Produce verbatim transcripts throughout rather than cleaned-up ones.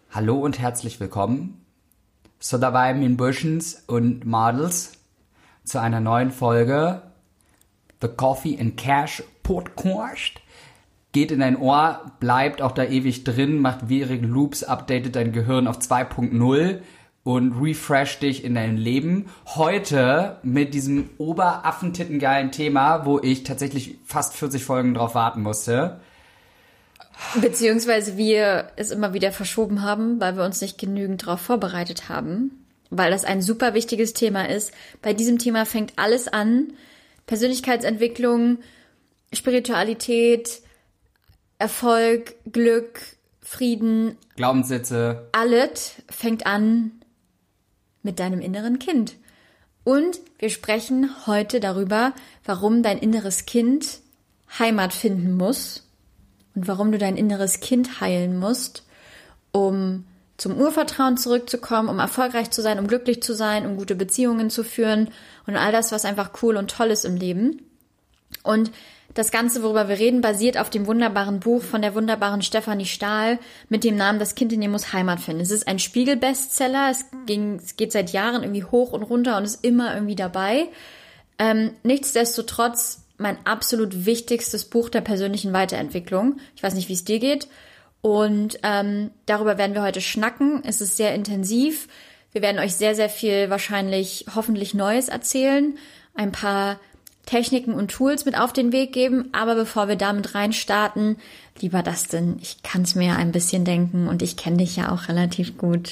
Hallo und herzlich willkommen so dabei min Burschens und Models zu einer neuen Folge The Coffee and Cash Podcast. Geht in dein Ohr, bleibt auch da ewig drin, macht währige Loops, updatet dein Gehirn auf zwei Punkt null und refresh dich in dein Leben. Heute mit diesem oberaffentittengeilen Thema, wo ich tatsächlich fast vierzig Folgen drauf warten musste. Beziehungsweise wir es immer wieder verschoben haben, weil wir uns nicht genügend darauf vorbereitet haben, weil das ein super wichtiges Thema ist. Bei diesem Thema fängt alles an. Persönlichkeitsentwicklung, Spiritualität, Erfolg, Glück, Frieden. Glaubenssätze. Alles fängt an mit deinem inneren Kind. Und wir sprechen heute darüber, warum dein inneres Kind Heimat finden muss. Und warum du dein inneres Kind heilen musst, um zum Urvertrauen zurückzukommen, um erfolgreich zu sein, um glücklich zu sein, um gute Beziehungen zu führen und all das, was einfach cool und toll ist im Leben. Und das Ganze, worüber wir reden, basiert auf dem wunderbaren Buch von der wunderbaren Stefanie Stahl mit dem Namen Das Kind in dir muss Heimat finden. Es ist ein Spiegel-Bestseller, es, ging, es geht seit Jahren irgendwie hoch und runter und ist immer irgendwie dabei. Ähm, nichtsdestotrotz mein absolut wichtigstes Buch der persönlichen Weiterentwicklung. Ich weiß nicht, wie es dir geht. Und ähm, darüber werden wir heute schnacken. Es ist sehr intensiv. Wir werden euch sehr, sehr viel wahrscheinlich hoffentlich Neues erzählen. Ein paar Techniken und Tools mit auf den Weg geben. Aber bevor wir damit reinstarten, lieber Dustin, ich kann es mir ja ein bisschen denken und ich kenne dich ja auch relativ gut.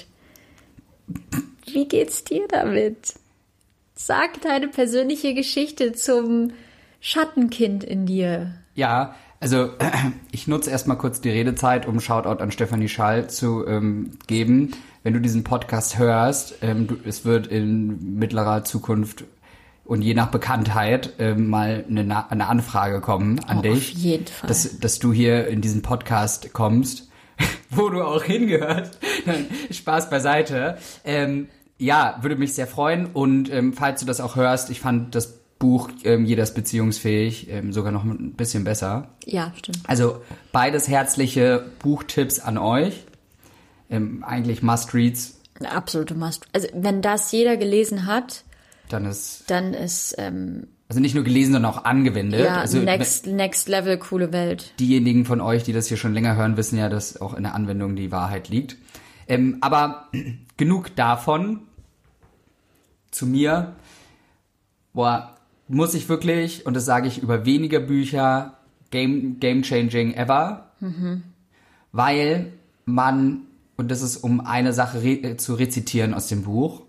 Wie geht's dir damit? Sag deine persönliche Geschichte zum Schattenkind in dir. Ja, also ich nutze erstmal kurz die Redezeit, um Shoutout an Stefanie Schall zu ähm, geben. Wenn du diesen Podcast hörst, ähm, du, es wird in mittlerer Zukunft und je nach Bekanntheit ähm, mal eine, eine Anfrage kommen an oh, dich. Auf jeden Fall. Dass, dass du hier in diesen Podcast kommst, wo du auch hingehörst. Spaß beiseite. Ähm, ja, würde mich sehr freuen und ähm, falls du das auch hörst, ich fand das Buch ähm, Jeder ist beziehungsfähig, ähm, sogar noch ein bisschen besser. Ja, stimmt. Also beides herzliche Buchtipps an euch. Ähm, eigentlich Must-Reads. Absolute Must. Also wenn das jeder gelesen hat, dann ist... Dann ist... Ähm, also nicht nur gelesen, sondern auch angewendet. Ja, also, next, next Level, coole Welt. Diejenigen von euch, die das hier schon länger hören, wissen ja, dass auch in der Anwendung die Wahrheit liegt. Ähm, aber genug davon. Zu mir. Boah, muss ich wirklich, und das sage ich über weniger Bücher, game, game changing ever, mhm. weil man, und das ist um eine Sache re- zu rezitieren aus dem Buch,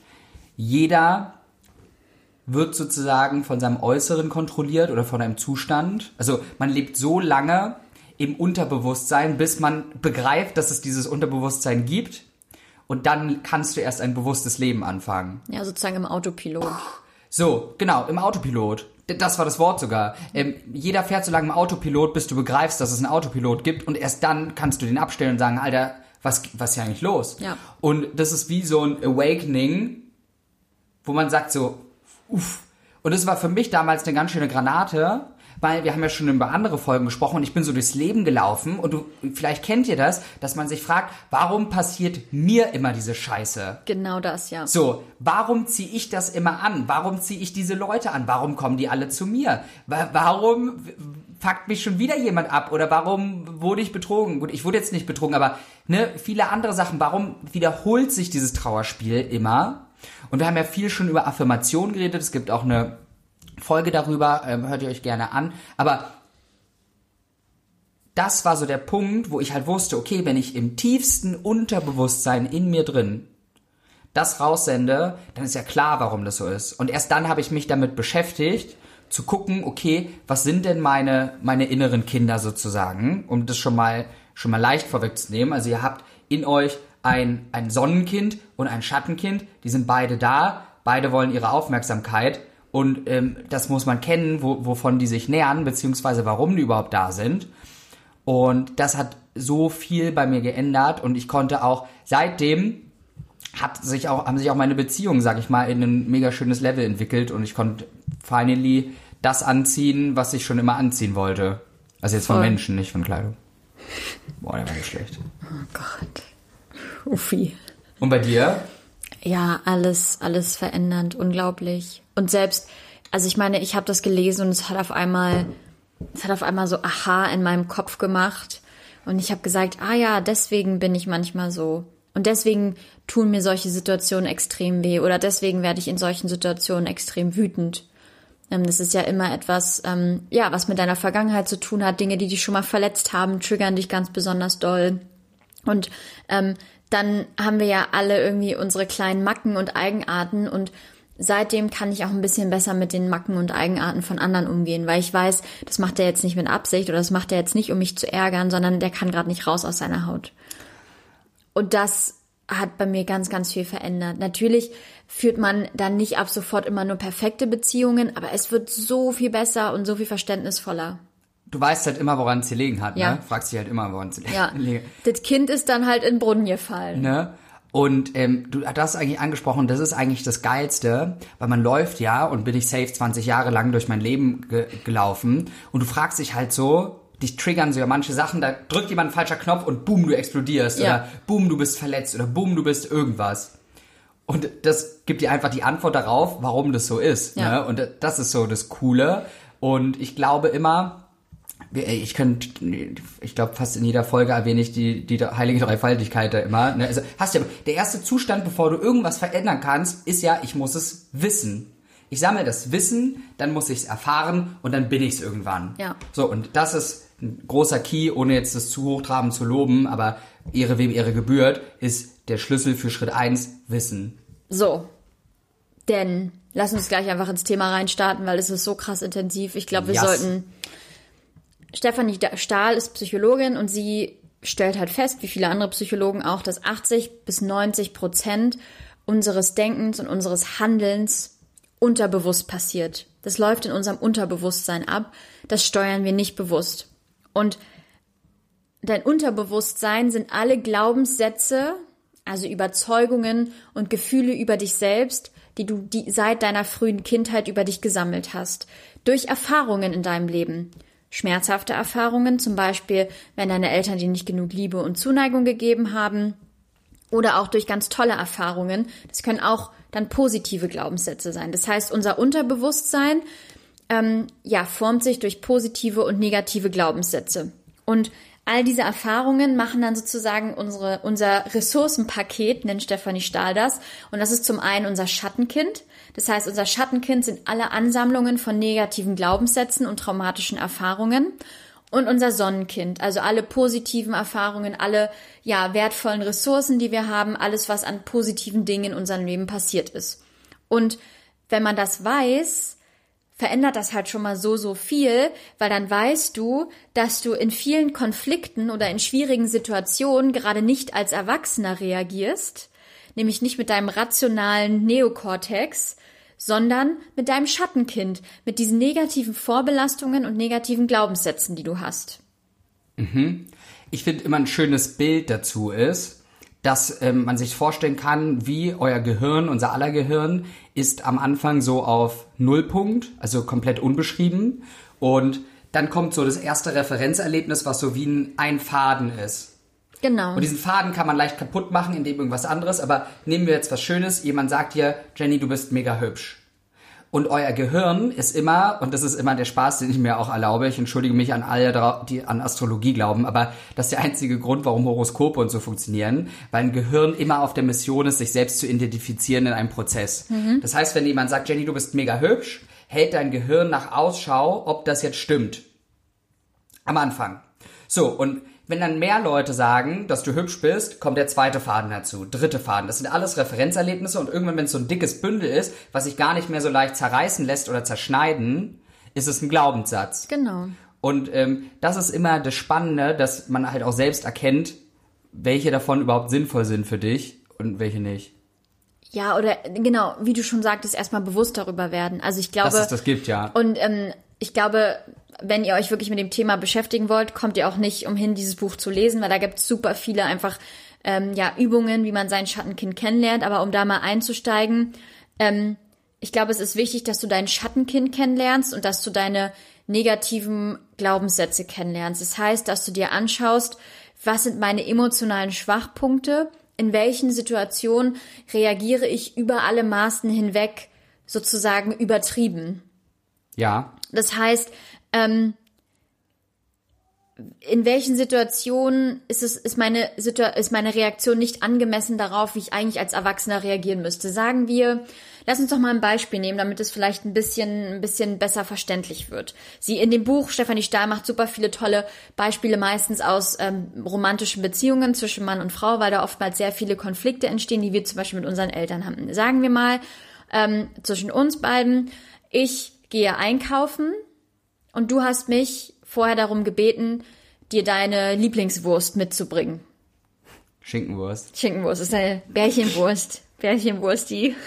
jeder wird sozusagen von seinem Äußeren kontrolliert oder von einem Zustand. Also man lebt so lange im Unterbewusstsein, bis man begreift, dass es dieses Unterbewusstsein gibt und dann kannst du erst ein bewusstes Leben anfangen. Ja, sozusagen im Autopilot. So, genau, im Autopilot. Das war das Wort sogar. Ähm, jeder fährt so lange im Autopilot, bis du begreifst, dass es einen Autopilot gibt und erst dann kannst du den abstellen und sagen, Alter, was, was ist hier eigentlich los? Ja. Und das ist wie so ein Awakening, wo man sagt so, uff. Und das war für mich damals eine ganz schöne Granate, weil wir haben ja schon über andere Folgen gesprochen und ich bin so durchs Leben gelaufen und du, vielleicht kennt ihr das, dass man sich fragt, warum passiert mir immer diese Scheiße? Genau das, ja. So, warum ziehe ich das immer an? Warum ziehe ich diese Leute an? Warum kommen die alle zu mir? Warum fuckt mich schon wieder jemand ab? Oder warum wurde ich betrogen? Gut, ich wurde jetzt nicht betrogen, aber ne, viele andere Sachen. Warum wiederholt sich dieses Trauerspiel immer? Und wir haben ja viel schon über Affirmation geredet. Es gibt auch eine Folge darüber, ähm, hört ihr euch gerne an. Aber das war so der Punkt, wo ich halt wusste, okay, wenn ich im tiefsten Unterbewusstsein in mir drin das raussende, dann ist ja klar, warum das so ist. Und erst dann habe ich mich damit beschäftigt, zu gucken, okay, was sind denn meine meine inneren Kinder sozusagen, um das schon mal schon mal leicht vorwegzunehmen. Also ihr habt in euch ein ein Sonnenkind und ein Schattenkind, die sind beide da, beide wollen ihre Aufmerksamkeit. Und ähm, das muss man kennen, wo, wovon die sich nähern, beziehungsweise warum die überhaupt da sind. Und das hat so viel bei mir geändert. Und ich konnte auch, seitdem hat sich auch, haben sich auch meine Beziehungen, sag ich mal, in ein mega schönes Level entwickelt. Und ich konnte finally das anziehen, was ich schon immer anziehen wollte. Also jetzt von Voll. Menschen, nicht von Kleidung. Boah, der war nicht schlecht. Oh Gott. Uffi. Und bei dir? Ja, alles, alles verändernd, unglaublich. Und selbst, also ich meine, ich habe das gelesen und es hat auf einmal, es hat auf einmal so Aha in meinem Kopf gemacht. Und ich habe gesagt, ah ja, deswegen bin ich manchmal so. Und deswegen tun mir solche Situationen extrem weh. Oder deswegen werde ich in solchen Situationen extrem wütend. Ähm, das ist ja immer etwas, ähm, ja, was mit deiner Vergangenheit zu tun hat. Dinge, die dich schon mal verletzt haben, triggern dich ganz besonders doll. Und ähm, dann haben wir ja alle irgendwie unsere kleinen Macken und Eigenarten und seitdem kann ich auch ein bisschen besser mit den Macken und Eigenarten von anderen umgehen, weil ich weiß, das macht er jetzt nicht mit Absicht oder das macht er jetzt nicht, um mich zu ärgern, sondern der kann gerade nicht raus aus seiner Haut. Und das hat bei mir ganz, ganz viel verändert. Natürlich führt man dann nicht ab sofort immer nur perfekte Beziehungen, aber es wird so viel besser und so viel verständnisvoller. Du weißt halt immer, woran es gelegen hat, ja. ne? Fragst dich halt immer, woran es ja. gelegen hat. Das Kind ist dann halt in den Brunnen gefallen. Ne? Und ähm, du hast eigentlich angesprochen, das ist eigentlich das Geilste, weil man läuft ja, und bin ich safe zwanzig Jahre lang durch mein Leben ge- gelaufen und du fragst dich halt so, dich triggern so ja manche Sachen, da drückt jemand ein falscher Knopf und boom, du explodierst ja. oder boom, du bist verletzt oder boom, du bist irgendwas. Und das gibt dir einfach die Antwort darauf, warum das so ist. Ja. Ne? Und das ist so das Coole. Und ich glaube immer, ich könnte, ich glaube, fast in jeder Folge erwähne ich die, die heilige Dreifaltigkeit da immer. Ne? Also hast ja, der erste Zustand, bevor du irgendwas verändern kannst, ist ja, ich muss es wissen. Ich sammle das Wissen, dann muss ich es erfahren und dann bin ich es irgendwann. Ja. So, und das ist ein großer Key, ohne jetzt das zu hochtrabend zu loben, aber Ehre wem Ehre gebührt, ist der Schlüssel für Schritt eins, Wissen. So, denn lass uns gleich einfach ins Thema reinstarten, weil es ist so krass intensiv. Ich glaube, wir Yes. sollten... Stefanie Stahl ist Psychologin und sie stellt halt fest, wie viele andere Psychologen auch, dass achtzig bis neunzig Prozent unseres Denkens und unseres Handelns unterbewusst passiert. Das läuft in unserem Unterbewusstsein ab. Das steuern wir nicht bewusst. Und dein Unterbewusstsein sind alle Glaubenssätze, also Überzeugungen und Gefühle über dich selbst, die du die seit deiner frühen Kindheit über dich gesammelt hast. Durch Erfahrungen in deinem Leben. Schmerzhafte Erfahrungen, zum Beispiel, wenn deine Eltern dir nicht genug Liebe und Zuneigung gegeben haben, oder auch durch ganz tolle Erfahrungen. Das können auch dann positive Glaubenssätze sein. Das heißt, unser Unterbewusstsein ähm, ja, formt sich durch positive und negative Glaubenssätze. Und all diese Erfahrungen machen dann sozusagen unsere, unser Ressourcenpaket, nennt Stefanie Stahl das. Und das ist zum einen unser Schattenkind. Das heißt, unser Schattenkind sind alle Ansammlungen von negativen Glaubenssätzen und traumatischen Erfahrungen. Und unser Sonnenkind, also alle positiven Erfahrungen, alle ja wertvollen Ressourcen, die wir haben, alles, was an positiven Dingen in unserem Leben passiert ist. Und wenn man das weiß, verändert das halt schon mal so, so viel, weil dann weißt du, dass du in vielen Konflikten oder in schwierigen Situationen gerade nicht als Erwachsener reagierst, nämlich nicht mit deinem rationalen Neokortex, sondern mit deinem Schattenkind, mit diesen negativen Vorbelastungen und negativen Glaubenssätzen, die du hast. Mhm. Ich finde immer ein schönes Bild dazu ist, dass ähm, man sich vorstellen kann, wie euer Gehirn, unser aller Gehirn, ist am Anfang so auf Nullpunkt, also komplett unbeschrieben. Und dann kommt so das erste Referenzerlebnis, was so wie ein, ein Faden ist. Genau. Und diesen Faden kann man leicht kaputt machen, indem irgendwas anderes. Aber nehmen wir jetzt was Schönes. Jemand sagt dir, Jenny, du bist mega hübsch. Und euer Gehirn ist immer, und das ist immer der Spaß, den ich mir auch erlaube, ich entschuldige mich an alle, die an Astrologie glauben, aber das ist der einzige Grund, warum Horoskope und so funktionieren, weil ein Gehirn immer auf der Mission ist, sich selbst zu identifizieren in einem Prozess. Mhm. Das heißt, wenn jemand sagt, Jenny, du bist mega hübsch, hält dein Gehirn nach Ausschau, ob das jetzt stimmt. Am Anfang. So, und wenn dann mehr Leute sagen, dass du hübsch bist, kommt der zweite Faden dazu, dritte Faden. Das sind alles Referenzerlebnisse und irgendwann, wenn es so ein dickes Bündel ist, was sich gar nicht mehr so leicht zerreißen lässt oder zerschneiden, ist es ein Glaubenssatz. Genau. Und ähm, das ist immer das Spannende, dass man halt auch selbst erkennt, welche davon überhaupt sinnvoll sind für dich und welche nicht. Ja, oder genau, wie du schon sagtest, erstmal bewusst darüber werden. Also ich glaube... Dass es das gibt, ja. Und ähm, ich glaube... Wenn ihr euch wirklich mit dem Thema beschäftigen wollt, kommt ihr auch nicht umhin, dieses Buch zu lesen, weil da gibt es super viele einfach ähm, ja Übungen, wie man sein Schattenkind kennenlernt. Aber um da mal einzusteigen, ähm, ich glaube, es ist wichtig, dass du dein Schattenkind kennenlernst und dass du deine negativen Glaubenssätze kennenlernst. Das heißt, dass du dir anschaust, was sind meine emotionalen Schwachpunkte in welchen Situationen reagiere ich über alle Maßen hinweg sozusagen übertrieben. Ja. Das heißt, ähm, in welchen Situationen ist es, ist meine, Situ- ist meine Reaktion nicht angemessen darauf, wie ich eigentlich als Erwachsener reagieren müsste. Sagen wir, lass uns doch mal ein Beispiel nehmen, damit es vielleicht ein bisschen, ein bisschen besser verständlich wird. Sie in dem Buch, Stefanie Stahl macht super viele tolle Beispiele, meistens aus ähm, romantischen Beziehungen zwischen Mann und Frau, weil da oftmals sehr viele Konflikte entstehen, die wir zum Beispiel mit unseren Eltern haben. Sagen wir mal, ähm, zwischen uns beiden, ich gehe einkaufen und du hast mich vorher darum gebeten, dir deine Lieblingswurst mitzubringen. Schinkenwurst. Schinkenwurst ist eine Bärchenwurst. Bärchenwursti.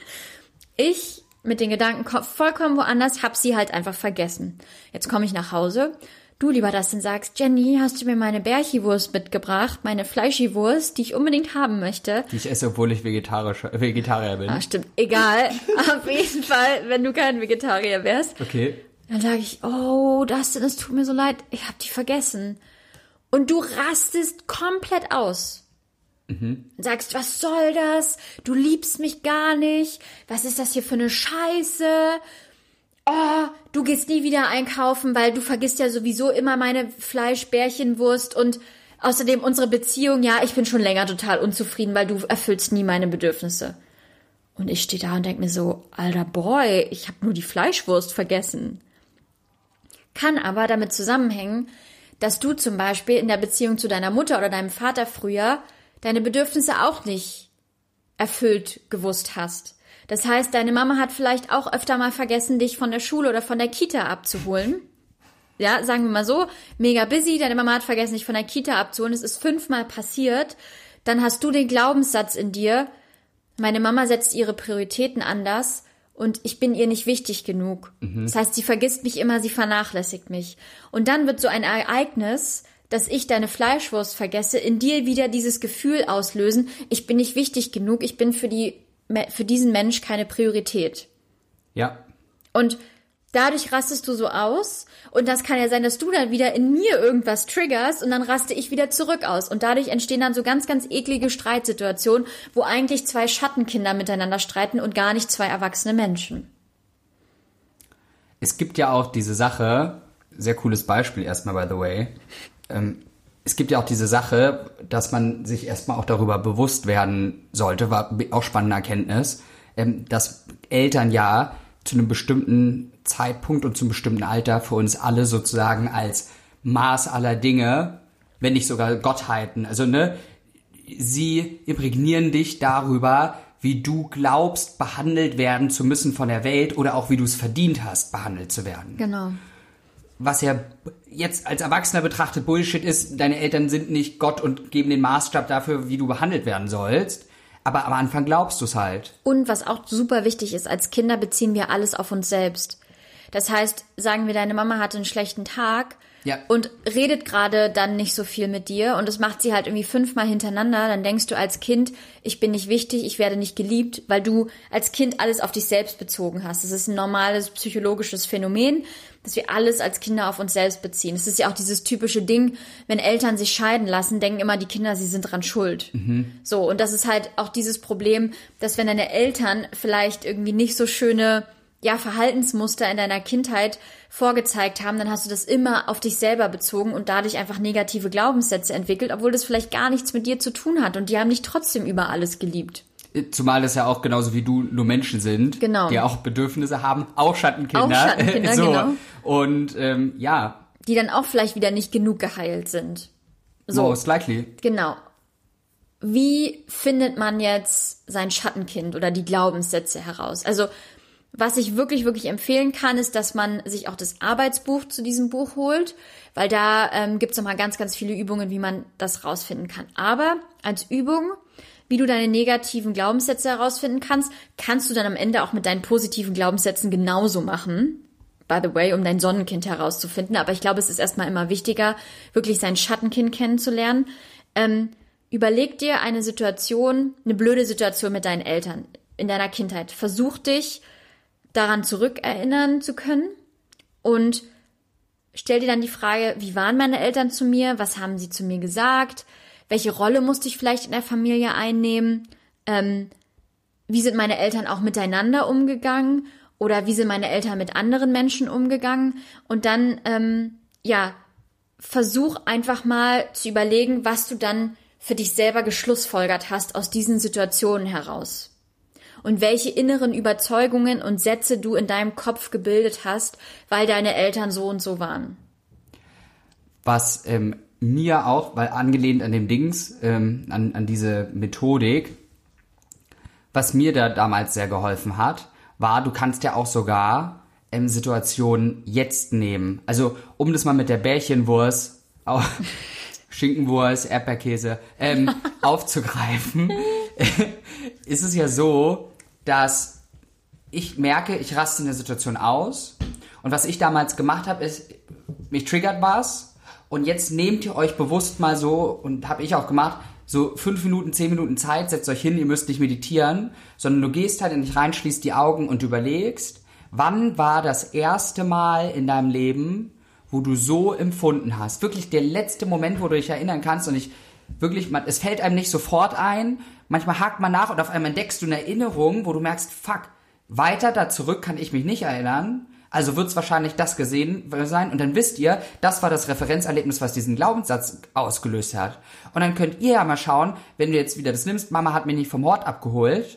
Ich mit den Gedanken vollkommen woanders, hab sie halt einfach vergessen. Jetzt komme ich nach Hause. Du, lieber Dustin, sagst, Jenny, hast du mir meine Bärchenwurst mitgebracht, meine Fleischiwurst, die ich unbedingt haben möchte? Die ich esse, obwohl ich vegetarisch, Vegetarier bin. Ah, stimmt. Egal. Auf jeden Fall, wenn du kein Vegetarier wärst. Okay. Dann sage ich, oh, Dustin, es tut mir so leid, ich habe die vergessen. Und du rastest komplett aus. Mhm. Sagst, was soll das? Du liebst mich gar nicht. Was ist das hier für eine Scheiße? Oh, du gehst nie wieder einkaufen, weil du vergisst ja sowieso immer meine Fleischbärchenwurst und außerdem unsere Beziehung, ja, ich bin schon länger total unzufrieden, weil du erfüllst nie meine Bedürfnisse. Und ich stehe da und denke mir so, alter Boy, ich habe nur die Fleischwurst vergessen. Kann aber damit zusammenhängen, dass du zum Beispiel in der Beziehung zu deiner Mutter oder deinem Vater früher deine Bedürfnisse auch nicht erfüllt gewusst hast. Das heißt, deine Mama hat vielleicht auch öfter mal vergessen, dich von der Schule oder von der Kita abzuholen. Ja, sagen wir mal so, mega busy, deine Mama hat vergessen, dich von der Kita abzuholen. Es ist fünfmal passiert. Dann hast du den Glaubenssatz in dir, meine Mama setzt ihre Prioritäten anders und ich bin ihr nicht wichtig genug. Mhm. Das heißt, sie vergisst mich immer, sie vernachlässigt mich. Und dann wird so ein Ereignis, dass ich deine Fleischwurst vergesse, in dir wieder dieses Gefühl auslösen, ich bin nicht wichtig genug, ich bin für die, für diesen Mensch keine Priorität. Ja. Und dadurch rastest du so aus und das kann ja sein, dass du dann wieder in mir irgendwas triggerst und dann raste ich wieder zurück aus. Und dadurch entstehen dann so ganz, ganz eklige Streitsituationen, wo eigentlich zwei Schattenkinder miteinander streiten und gar nicht zwei erwachsene Menschen. Es gibt ja auch diese Sache, sehr cooles Beispiel erstmal, by the way, ähm, es gibt ja auch diese Sache, dass man sich erstmal auch darüber bewusst werden sollte, war auch spannende Erkenntnis, ähm, dass Eltern ja zu einem bestimmten Zeitpunkt und zum bestimmten Alter für uns alle sozusagen als Maß aller Dinge, wenn nicht sogar Gottheiten, also ne, sie imprägnieren dich darüber, wie du glaubst, behandelt werden zu müssen von der Welt oder auch wie du es verdient hast, behandelt zu werden. Genau. Was ja jetzt als Erwachsener betrachtet Bullshit ist, deine Eltern sind nicht Gott und geben den Maßstab dafür, wie du behandelt werden sollst. Aber am Anfang glaubst du es halt. Und was auch super wichtig ist, als Kinder beziehen wir alles auf uns selbst. Das heißt, sagen wir, deine Mama hatte einen schlechten Tag ja. und redet gerade dann nicht so viel mit dir und das macht sie halt irgendwie fünfmal hintereinander, dann denkst du als Kind, ich bin nicht wichtig, ich werde nicht geliebt, weil du als Kind alles auf dich selbst bezogen hast. Das ist ein normales psychologisches Phänomen, dass wir alles als Kinder auf uns selbst beziehen. Es ist ja auch dieses typische Ding, wenn Eltern sich scheiden lassen, denken immer die Kinder, sie sind dran schuld. Mhm. So, und das ist halt auch dieses Problem, dass wenn deine Eltern vielleicht irgendwie nicht so schöne ja, Verhaltensmuster in deiner Kindheit vorgezeigt haben, dann hast du das immer auf dich selber bezogen und dadurch einfach negative Glaubenssätze entwickelt, obwohl das vielleicht gar nichts mit dir zu tun hat und die haben dich trotzdem über alles geliebt. Zumal das ja auch genauso wie du nur Menschen sind, genau. die auch Bedürfnisse haben, auch Schattenkinder. Auch Schattenkinder, so. Genau. Und ähm, ja. Die dann auch vielleicht wieder nicht genug geheilt sind. So. Most likely. Genau. Wie findet man jetzt sein Schattenkind oder die Glaubenssätze heraus? Also was ich wirklich, wirklich empfehlen kann, ist, dass man sich auch das Arbeitsbuch zu diesem Buch holt, weil da ähm, gibt es nochmal ganz, ganz viele Übungen, wie man das rausfinden kann. Aber als Übung, wie du deine negativen Glaubenssätze herausfinden kannst, kannst du dann am Ende auch mit deinen positiven Glaubenssätzen genauso machen. By the way, um dein Sonnenkind herauszufinden. Aber ich glaube, es ist erstmal immer wichtiger, wirklich sein Schattenkind kennenzulernen. Ähm, überleg dir eine Situation, eine blöde Situation mit deinen Eltern in deiner Kindheit. Versuch dich daran zurückerinnern zu können und stell dir dann die Frage, wie waren meine Eltern zu mir, was haben sie zu mir gesagt, Welche Rolle musste ich vielleicht in der Familie einnehmen? Ähm, wie sind meine Eltern auch miteinander umgegangen? Oder wie sind meine Eltern mit anderen Menschen umgegangen? Und dann, ähm, ja, versuch einfach mal zu überlegen, was du dann für dich selber geschlussfolgert hast aus diesen Situationen heraus. Und welche inneren Überzeugungen und Sätze du in deinem Kopf gebildet hast, weil deine Eltern so und so waren. Was ähm, mir auch, weil angelehnt an dem Dings, ähm, an, an diese Methodik, was mir da damals sehr geholfen hat, war, du kannst ja auch sogar ähm, Situationen jetzt nehmen. Also, um das mal mit der Bärchenwurst, auch Schinkenwurst, Erdbeerkäse, ähm, aufzugreifen, ist es ja so, dass ich merke, ich raste in der Situation aus. Und was ich damals gemacht habe, ist, mich triggert was. Und jetzt nehmt ihr euch bewusst mal so, und habe ich auch gemacht, so fünf Minuten, zehn Minuten Zeit, setzt euch hin, ihr müsst nicht meditieren, sondern du gehst halt in dich rein, schließt die Augen und überlegst, wann war das erste Mal in deinem Leben, wo du so empfunden hast. Wirklich der letzte Moment, wo du dich erinnern kannst und ich wirklich, man, es fällt einem nicht sofort ein, manchmal hakt man nach und auf einmal entdeckst du eine Erinnerung, wo du merkst, fuck, weiter da zurück kann ich mich nicht erinnern, also wird es wahrscheinlich das gesehen sein und dann wisst ihr, das war das Referenzerlebnis, was diesen Glaubenssatz ausgelöst hat. Und dann könnt ihr ja mal schauen, wenn du jetzt wieder das nimmst, Mama hat mich nicht vom Hort abgeholt,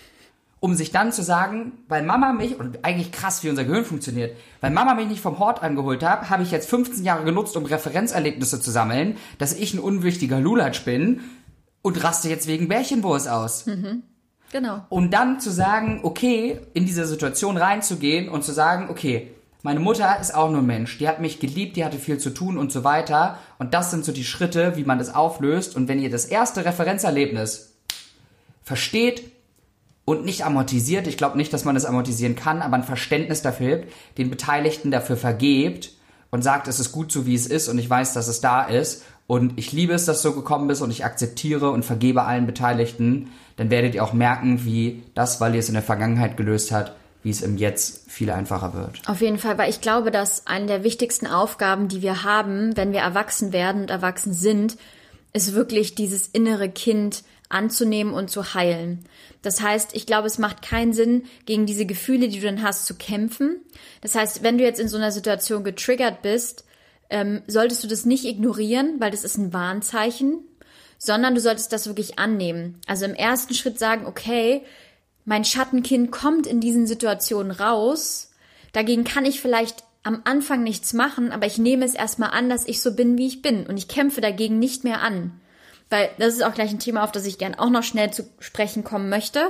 um sich dann zu sagen, weil Mama mich, und eigentlich krass, wie unser Gehirn funktioniert, weil Mama mich nicht vom Hort angeholt hat, habe ich jetzt fünfzehn Jahre genutzt, um Referenzerlebnisse zu sammeln, dass ich ein unwichtiger Lulatsch bin und raste jetzt wegen Bärchenwurst aus. Mhm. Genau. Und dann zu sagen, okay, in diese Situation reinzugehen und zu sagen, okay, meine Mutter ist auch nur ein Mensch, die hat mich geliebt, die hatte viel zu tun und so weiter. Und das sind so die Schritte, wie man das auflöst. Und wenn ihr das erste Referenzerlebnis versteht und nicht amortisiert, ich glaube nicht, dass man das amortisieren kann, aber ein Verständnis dafür hilft, den Beteiligten dafür vergebt und sagt, es ist gut so, wie es ist und ich weiß, dass es da ist und ich liebe es, dass es so gekommen ist und ich akzeptiere und vergebe allen Beteiligten, dann werdet ihr auch merken, wie das, weil ihr es in der Vergangenheit gelöst habt, wie es im Jetzt viel einfacher wird. Auf jeden Fall, weil ich glaube, dass eine der wichtigsten Aufgaben, die wir haben, wenn wir erwachsen werden und erwachsen sind, ist wirklich dieses innere Kind anzunehmen und zu heilen. Das heißt, ich glaube, es macht keinen Sinn, gegen diese Gefühle, die du dann hast, zu kämpfen. Das heißt, wenn du jetzt in so einer Situation getriggert bist, ähm, solltest du das nicht ignorieren, weil das ist ein Warnzeichen, sondern du solltest das wirklich annehmen. Also im ersten Schritt sagen, okay, mein Schattenkind kommt in diesen Situationen raus, dagegen kann ich vielleicht am Anfang nichts machen, aber ich nehme es erstmal an, dass ich so bin, wie ich bin und ich kämpfe dagegen nicht mehr an. Weil das ist auch gleich ein Thema, auf das ich gern auch noch schnell zu sprechen kommen möchte.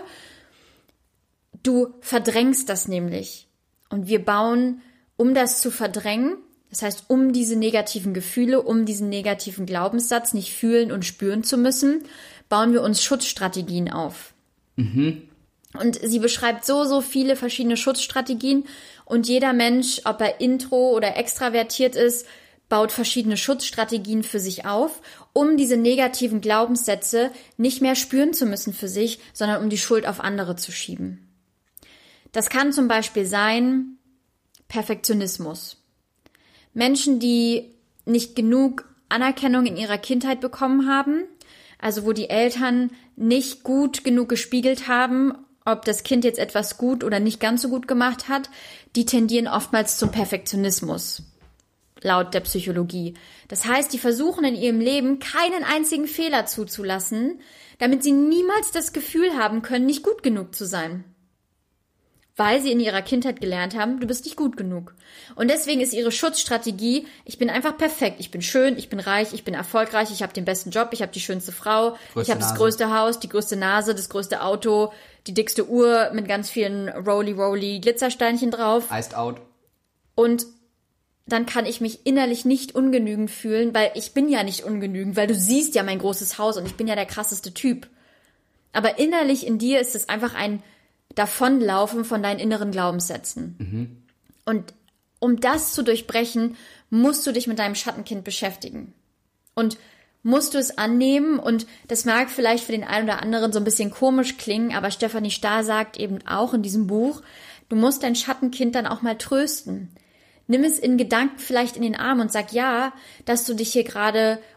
Du verdrängst das nämlich. Und wir bauen, um das zu verdrängen, das heißt, um diese negativen Gefühle, um diesen negativen Glaubenssatz nicht fühlen und spüren zu müssen, bauen wir uns Schutzstrategien auf. Mhm. Und sie beschreibt so, so viele verschiedene Schutzstrategien. Und jeder Mensch, ob er intro oder extravertiert ist, baut verschiedene Schutzstrategien für sich auf, um diese negativen Glaubenssätze nicht mehr spüren zu müssen für sich, sondern um die Schuld auf andere zu schieben. Das kann zum Beispiel sein Perfektionismus. Menschen, die nicht genug Anerkennung in ihrer Kindheit bekommen haben, also wo die Eltern nicht gut genug gespiegelt haben, ob das Kind jetzt etwas gut oder nicht ganz so gut gemacht hat, die tendieren oftmals zum Perfektionismus. Laut der Psychologie. Das heißt, die versuchen in ihrem Leben keinen einzigen Fehler zuzulassen, damit sie niemals das Gefühl haben können, nicht gut genug zu sein. Weil sie in ihrer Kindheit gelernt haben, du bist nicht gut genug. Und deswegen ist ihre Schutzstrategie, ich bin einfach perfekt, ich bin schön, ich bin reich, ich bin erfolgreich, ich habe den besten Job, ich habe die schönste Frau, größte ich habe das größte Haus, die größte Nase, das größte Auto, die dickste Uhr mit ganz vielen Roly-Roly Glitzersteinchen drauf. Iced out. Und dann kann ich mich innerlich nicht ungenügend fühlen, weil ich bin ja nicht ungenügend, weil du siehst ja mein großes Haus und ich bin ja der krasseste Typ. Aber innerlich in dir ist es einfach ein Davonlaufen von deinen inneren Glaubenssätzen. Mhm. Und um das zu durchbrechen, musst du dich mit deinem Schattenkind beschäftigen. Und musst du es annehmen, und das mag vielleicht für den einen oder anderen so ein bisschen komisch klingen, aber Stefanie Stahl sagt eben auch in diesem Buch, du musst dein Schattenkind dann auch mal trösten. Nimm es in Gedanken vielleicht in den Arm und sag ja, dass du dich hier gerade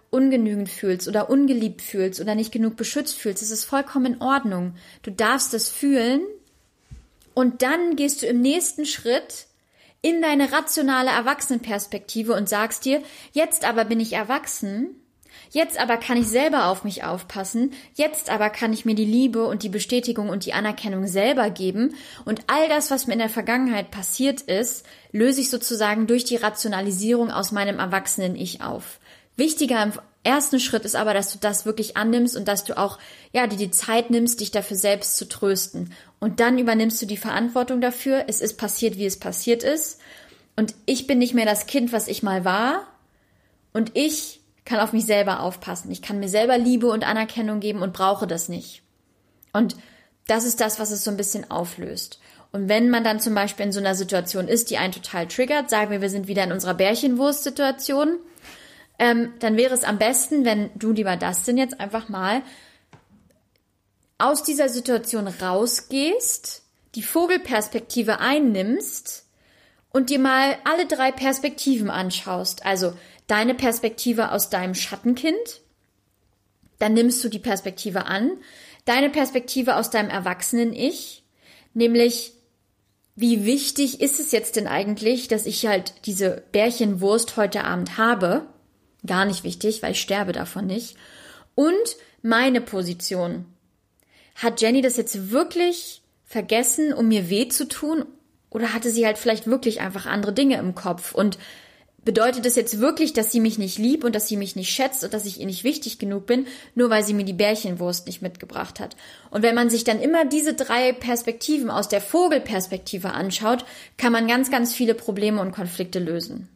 ungenügend fühlst oder ungeliebt fühlst oder nicht genug beschützt fühlst. Das ist vollkommen in Ordnung. Du darfst das fühlen und dann gehst du im nächsten Schritt in deine rationale Erwachsenenperspektive und sagst dir, jetzt aber bin ich erwachsen, jetzt aber kann ich selber auf mich aufpassen, jetzt aber kann ich mir die Liebe und die Bestätigung und die Anerkennung selber geben und all das, was mir in der Vergangenheit passiert ist, löse ich sozusagen durch die Rationalisierung aus meinem erwachsenen Ich auf. Wichtiger im ersten Schritt ist aber, dass du das wirklich annimmst und dass du auch, ja, dir die Zeit nimmst, dich dafür selbst zu trösten. Und dann übernimmst du die Verantwortung dafür. Es ist passiert, wie es passiert ist. Und ich bin nicht mehr das Kind, was ich mal war. Und ich kann auf mich selber aufpassen. Ich kann mir selber Liebe und Anerkennung geben und brauche das nicht. Und das ist das, was es so ein bisschen auflöst. Und wenn man dann zum Beispiel in so einer Situation ist, die einen total triggert, sagen wir, wir sind wieder in unserer Bärchenwurst-Situation, ähm, dann wäre es am besten, wenn du, lieber Dustin, jetzt einfach mal aus dieser Situation rausgehst, die Vogelperspektive einnimmst und dir mal alle drei Perspektiven anschaust. Also deine Perspektive aus deinem Schattenkind, dann nimmst du die Perspektive an, deine Perspektive aus deinem Erwachsenen-Ich, nämlich wie wichtig ist es jetzt denn eigentlich, dass ich halt diese Bärchenwurst heute Abend habe? Gar nicht wichtig, weil ich sterbe davon nicht. Und meine Position. Hat Jenny das jetzt wirklich vergessen, um mir weh zu tun? Oder hatte sie halt vielleicht wirklich einfach andere Dinge im Kopf? Und bedeutet das jetzt wirklich, dass sie mich nicht liebt und dass sie mich nicht schätzt und dass ich ihr nicht wichtig genug bin, nur weil sie mir die Bärchenwurst nicht mitgebracht hat? Und wenn man sich dann immer diese drei Perspektiven aus der Vogelperspektive anschaut, kann man ganz, ganz viele Probleme und Konflikte lösen.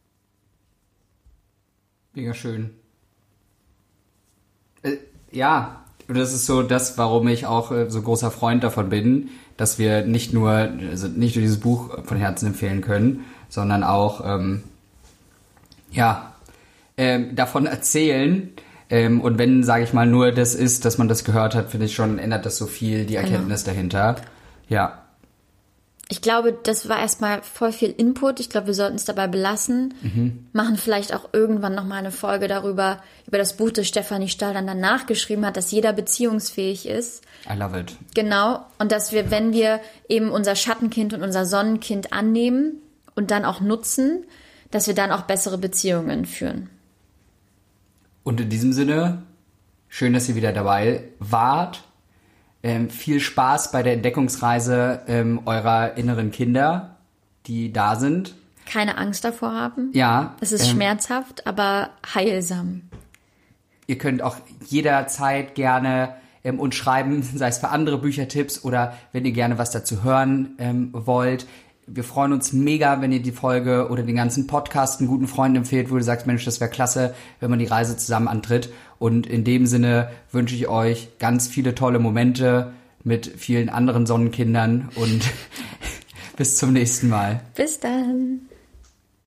Mega schön. Äh, ja, und das ist so das, warum ich auch äh, so großer Freund davon bin, dass wir nicht nur, also nicht nur dieses Buch von Herzen empfehlen können, sondern auch, ähm, ja, ähm, davon erzählen. Ähm, und wenn, sage ich mal, nur das ist, dass man das gehört hat, finde ich schon, ändert das so viel, die Erkenntnis genau. dahinter. Ja. Ich glaube, das war erstmal voll viel Input. Ich glaube, wir sollten es dabei belassen. Mhm. Machen vielleicht auch irgendwann nochmal eine Folge darüber, über das Buch, das Stefanie Stahl dann danach geschrieben hat, dass jeder beziehungsfähig ist. I love it. Genau. Und dass wir, wenn wir eben unser Schattenkind und unser Sonnenkind annehmen und dann auch nutzen, dass wir dann auch bessere Beziehungen führen. Und in diesem Sinne, schön, dass ihr wieder dabei wart. Ähm, viel Spaß bei der Entdeckungsreise ähm, eurer inneren Kinder, die da sind. Keine Angst davor haben. Ja. Es ist ähm, schmerzhaft, aber heilsam. Ihr könnt auch jederzeit gerne ähm, uns schreiben, sei es für andere Büchertipps oder wenn ihr gerne was dazu hören ähm, wollt. Wir freuen uns mega, wenn ihr die Folge oder den ganzen Podcast einen guten Freunden empfehlt, wo du sagst, Mensch, das wäre klasse, wenn man die Reise zusammen antritt. Und in dem Sinne wünsche ich euch ganz viele tolle Momente mit vielen anderen Sonnenkindern und bis zum nächsten Mal. Bis dann.